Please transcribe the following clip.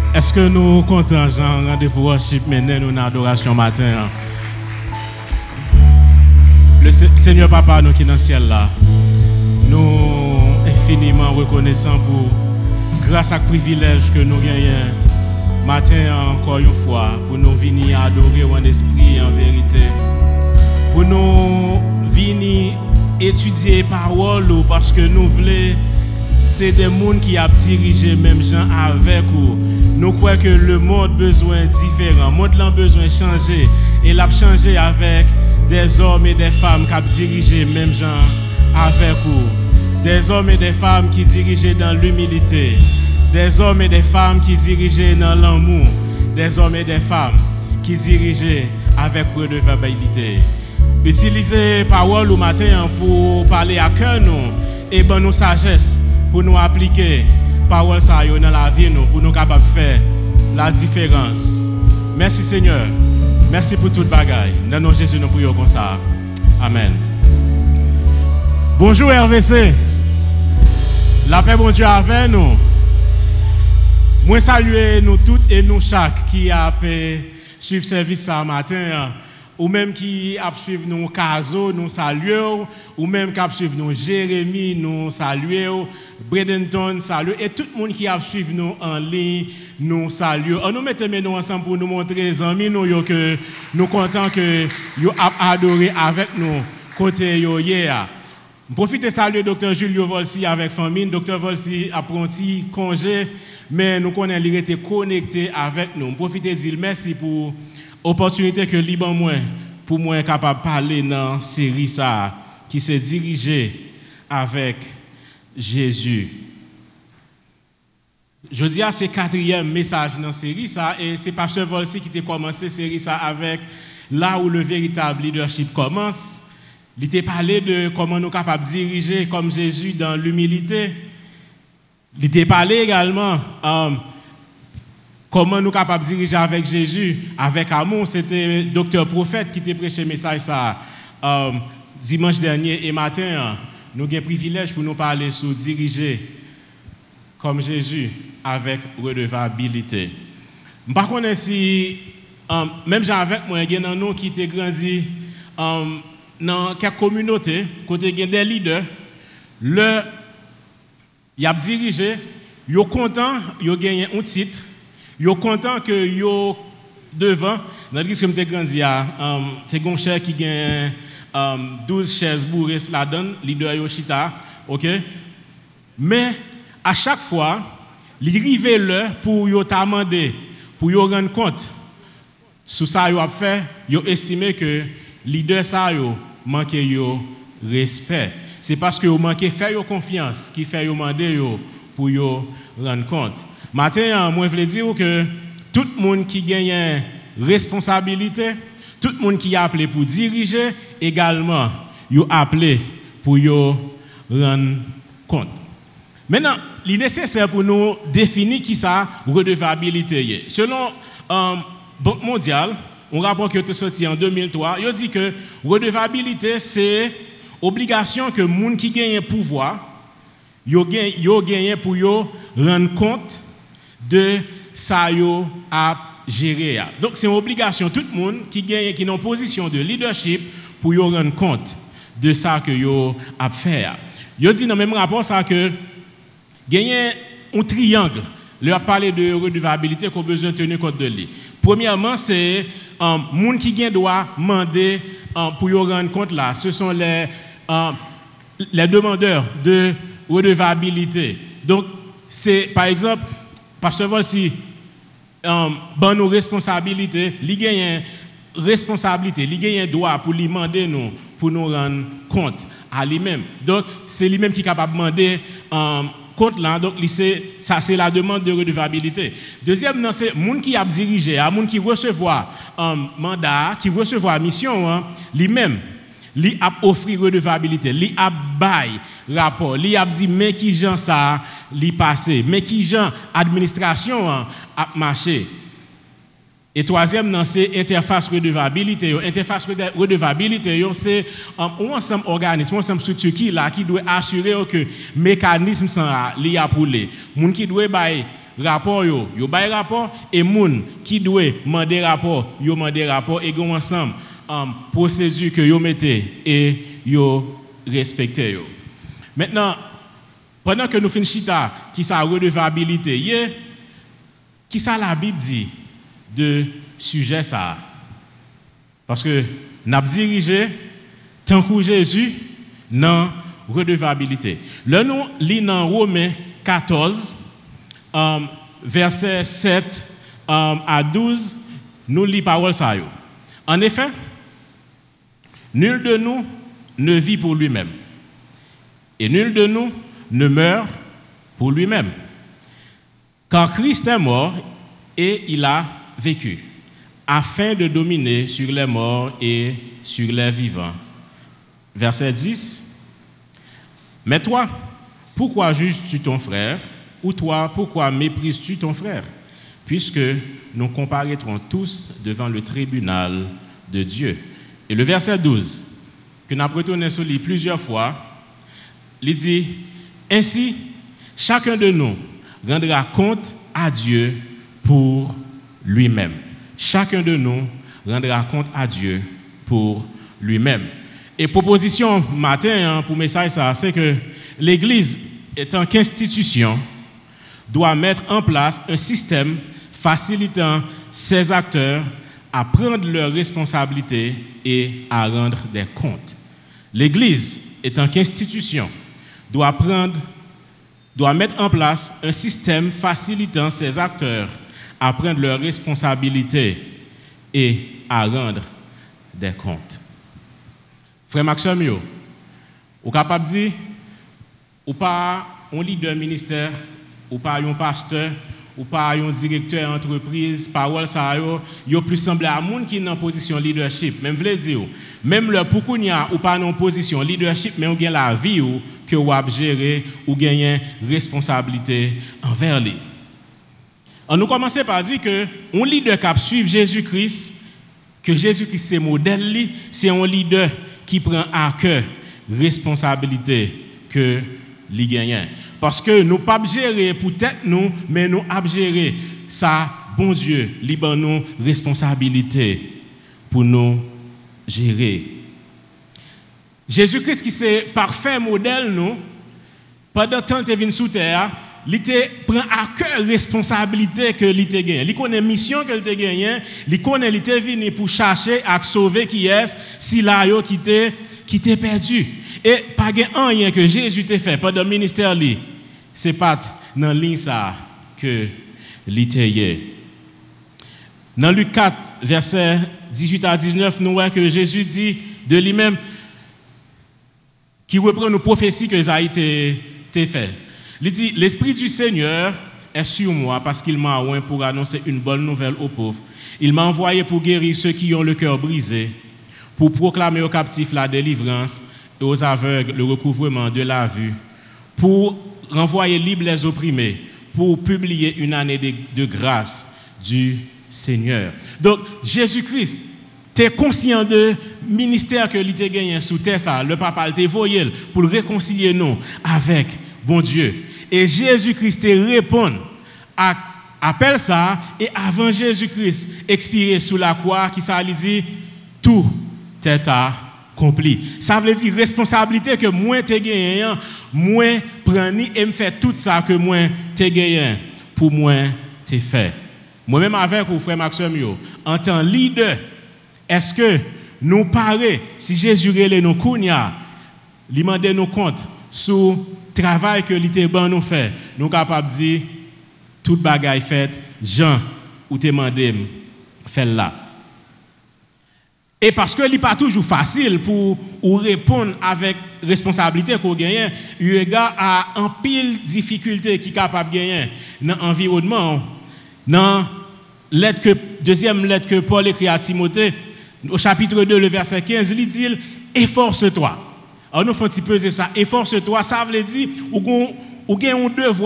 Est-ce que nous comptons, Jean, rendez-vous worship, maintenant nous en adoration matin? Le Seigneur Papa, nous qui dans le ciel là, nous infiniment reconnaissants pour grâce à privilège que nous gagnons matin encore une fois, pour nous venir adorer en esprit et en vérité, pour nous venir étudier parole parce que nous voulons, c'est des gens qui ont dirigé même gens avec vous. Nous croyons que le monde a besoin différent, le monde a besoin de changer, et il a changé avec des hommes et des femmes qui ont dirigé même gens avec vous. Des hommes et des femmes qui dirigeaient dans l'humilité, des hommes et des femmes qui dirigeaient dans l'amour, des hommes et des femmes qui dirigeaient avec redevabilité. Utiliser parole au matin pour parler à cœur nous et ben nous sagesse pour nous appliquer parole ça dans la vie nous pour nous capables de faire la différence. Merci Seigneur. Merci pour toute bagaille. Dans nom de Jésus nous prions comme ça. Amen. Bonjour RVC. La paix bon Dieu avec nous. Moi saluer nous toutes et nous chaque qui a suivre service ce matin. Ou même qui a suivi nous Caso, nous saluons, ou même qui a suivi nous Jérémy, nous saluons, Bradenton, saluons, et tout le monde qui a suivi nous en ligne, nous saluons. On nous mettons nous ensemble pour nous montrer les amis nous que nous contents que vous avez adoré avec nous côté yo hier. Profitez de saluer Dr. Julio Volsi avec famille. Dr. Volsi a pris congé, mais nous connaissons qu'il était connecté avec nous. Profitez de dire merci pour opportunité que Liban moi pour moi capable parler dans série ça qui s'est dirigée avec Jésus. Je dis à c'est quatrième message dans série ça et c'est pasteur Volsi qui a commencé série ça avec là où le véritable leadership commence. Il t'a parlé de comment nous capables de diriger comme Jésus dans l'humilité. Il t'a parlé également comment nous sommes capables de diriger avec Jésus, avec amour. C'était Docteur Prophète qui t'a prêché le message ça, dimanche dernier et matin. Nous avons un privilège pour nous parler sur diriger comme Jésus avec redevabilité. Par contre, si, même avec moi, il y a un nom qui a grandi dans quelques communautés, côté des leaders, il a dirigé, il est content, il a gagné un titre. Yo content que yo devant dans l'église comme t'es grandi à t'es gon cher qui gagne 12 chaises bourrées la donne leader Yoshita, OK, mais à chaque fois il arrive l'heure pour yo t'amender pour yo rendre compte sous ça yo a fait yo estimer que leader ça yo manque yo respect. C'est parce que yo manque faire yo confiance qui fait yo demander yo pour yo rendre compte. Matin, moi, je veux dire que tout le monde qui gagne responsabilité, tout le monde qui est appelé pour diriger, également, est appelé pour rendre compte. Maintenant, il est nécessaire pour nous définir qui ça redevabilité. Selon Banque mondiale, un rapport qui a été sorti en 2003, il dit que redevabilité, c'est obligation que les gens qui gagnent pouvoir, ils gagnent pour rendre compte de ça yo à gérer. Donc c'est une obligation tout le monde qui gagne qui est en position de leadership pour yo rendre compte de ça que yo a faire. Yo dit dans même rapport ça que gagner un triangle. Leur a parlé de redevabilité qu'on a besoin de tenir compte de lui. Premièrement, c'est monde qui gagne doit demander pour yo rendre compte là, ce sont les demandeurs de redevabilité. Donc c'est par exemple Pasteur Volsi, ban nos responsabilités, il gagne responsabilité, il gagne droit pour lui demander nous, pour nous rendre compte à lui-même. Donc, c'est lui-même qui est capable de demander compte là. Donc, ça, c'est la demande de redevabilité. Deuxième, c'est les gens qui a dirigé, les gens qui recevoir mandat, qui recevoir mission, lui-même. Li a offert redevabilité, li a bail rapport, li a dit mais qui gens ça li passé, mais qui gens administration a marché. Et troisième c'est interface redevabilité. Interface redevabilité c'est un ensemble organisme, un ensemble structure qui doit assurer que mécanisme ça li a pour les. Moun qui doit bail rapport yo bail rapport et moun qui doit demander rapport, yo demander rapport et gon ensemble procédure que yo mettez et yo respectez yo. Maintenant pendant que nous finissons chita qui sa redevabilité, qui ça la Bible dit de sujet ça? Parce que n'a dirigé tant que Jésus dans redevabilité. Là nous lit dans Romains 14 verset 7 à 12, nous lit parole ça yo. En effet, nul de nous ne vit pour lui-même et nul de nous ne meurt pour lui-même. Car Christ est mort et il a vécu, afin de dominer sur les morts et sur les vivants. Verset 10. Mais toi, pourquoi juges-tu ton frère? Ou toi, pourquoi méprises-tu ton frère? Puisque nous comparaîtrons tous devant le tribunal de Dieu. Et le verset 12, que nous avons retourné sur lui plusieurs fois, il dit, ainsi, chacun de nous rendra compte à Dieu pour lui-même. Chacun de nous rendra compte à Dieu pour lui-même. Et proposition matin pour message ça, c'est que l'Église, étant qu'institution, doit mettre en place un système facilitant ses acteurs à prendre leurs responsabilités et à rendre des comptes. L'Église, étant qu'institution, doit mettre en place un système facilitant ses acteurs à prendre leurs responsabilités et à rendre des comptes. Frère Maxime, vous êtes capable de dire, ou pas un leader ministère, ou pas un pasteur, ou pas un directeur d'entreprise, parole ça yo plus semblé à monde qui est en position leadership. Même vle dire, même le pourquoi ou pas en position leadership, mais on gagne la vie ou que ou a gérer ou gagner responsabilité envers lui. On nous commencer par dire que un leader qui suit Jésus-Christ, que Jésus-Christ c'est modèle lui, c'est un leader qui prend à cœur responsabilité que lui gagne. Parce que nous pas gérer pour tête nous, mais nous avons gérer ça, bon Dieu, libre nous responsabilité pour nous gérer. Jésus-Christ qui c'est parfait modèle nous, pendant tant qu'il est venu sous terre, il prend à cœur responsabilité que il te gagne. Il connaît mission que il te gagne, il connaît il était venu pour chercher à sauver qui est si là yo qui t'est perdu. Et pas rien que Jésus t'a fait pendant le ministère li, c'est pas dans ligne ça que li te. Dans Luc 4 verset 18 à 19, nous voyons que Jésus dit de lui-même qui reprend nos prophéties que Isaïe t'a fait. Il dit l'esprit du Seigneur est sur moi parce qu'il m'a oint pour annoncer une bonne nouvelle aux pauvres. Il m'a envoyé pour guérir ceux qui ont le cœur brisé, pour proclamer aux captifs la délivrance et aux aveugles le recouvrement de la vue, pour renvoyer libres les opprimés, pour publier une année de grâce du Seigneur. Donc, Jésus-Christ, tu es conscient de ministère que il t'a gagné sous terre, ça, le papa t'a envoyé pour réconcilier nous avec bon Dieu. Et Jésus-Christ te répond à appel ça, et avant Jésus-Christ expirer sous la croix, qui ça lui dit, tout est accompli. Ça veut dire responsabilité que moi t'ai gagné, moi prendre et me faire tout ça que moi t'ai gagné pour moi t'ai fait. Moi-même avec vous frère Maxime yo, en tant leader, est-ce que nous paraît si Jésus relè nous kounya, li mande nous compte sur travail que li te ban nous fait, nous capable dire toute bagaille faite, Jean ou te mandé faire là. Et parce que n'est pas toujours facile pour répondre avec responsabilité qu'on gagne, eu égard à un pile difficulté qui capable gagner dans l'environnement, dans deuxième lettre que Paul écrit à Timothée, au chapitre 2, le verset 15, il dit efforce-toi. Alors nous faisons un petit peu ça, efforce-toi, ça veut dire ou gagne un devoir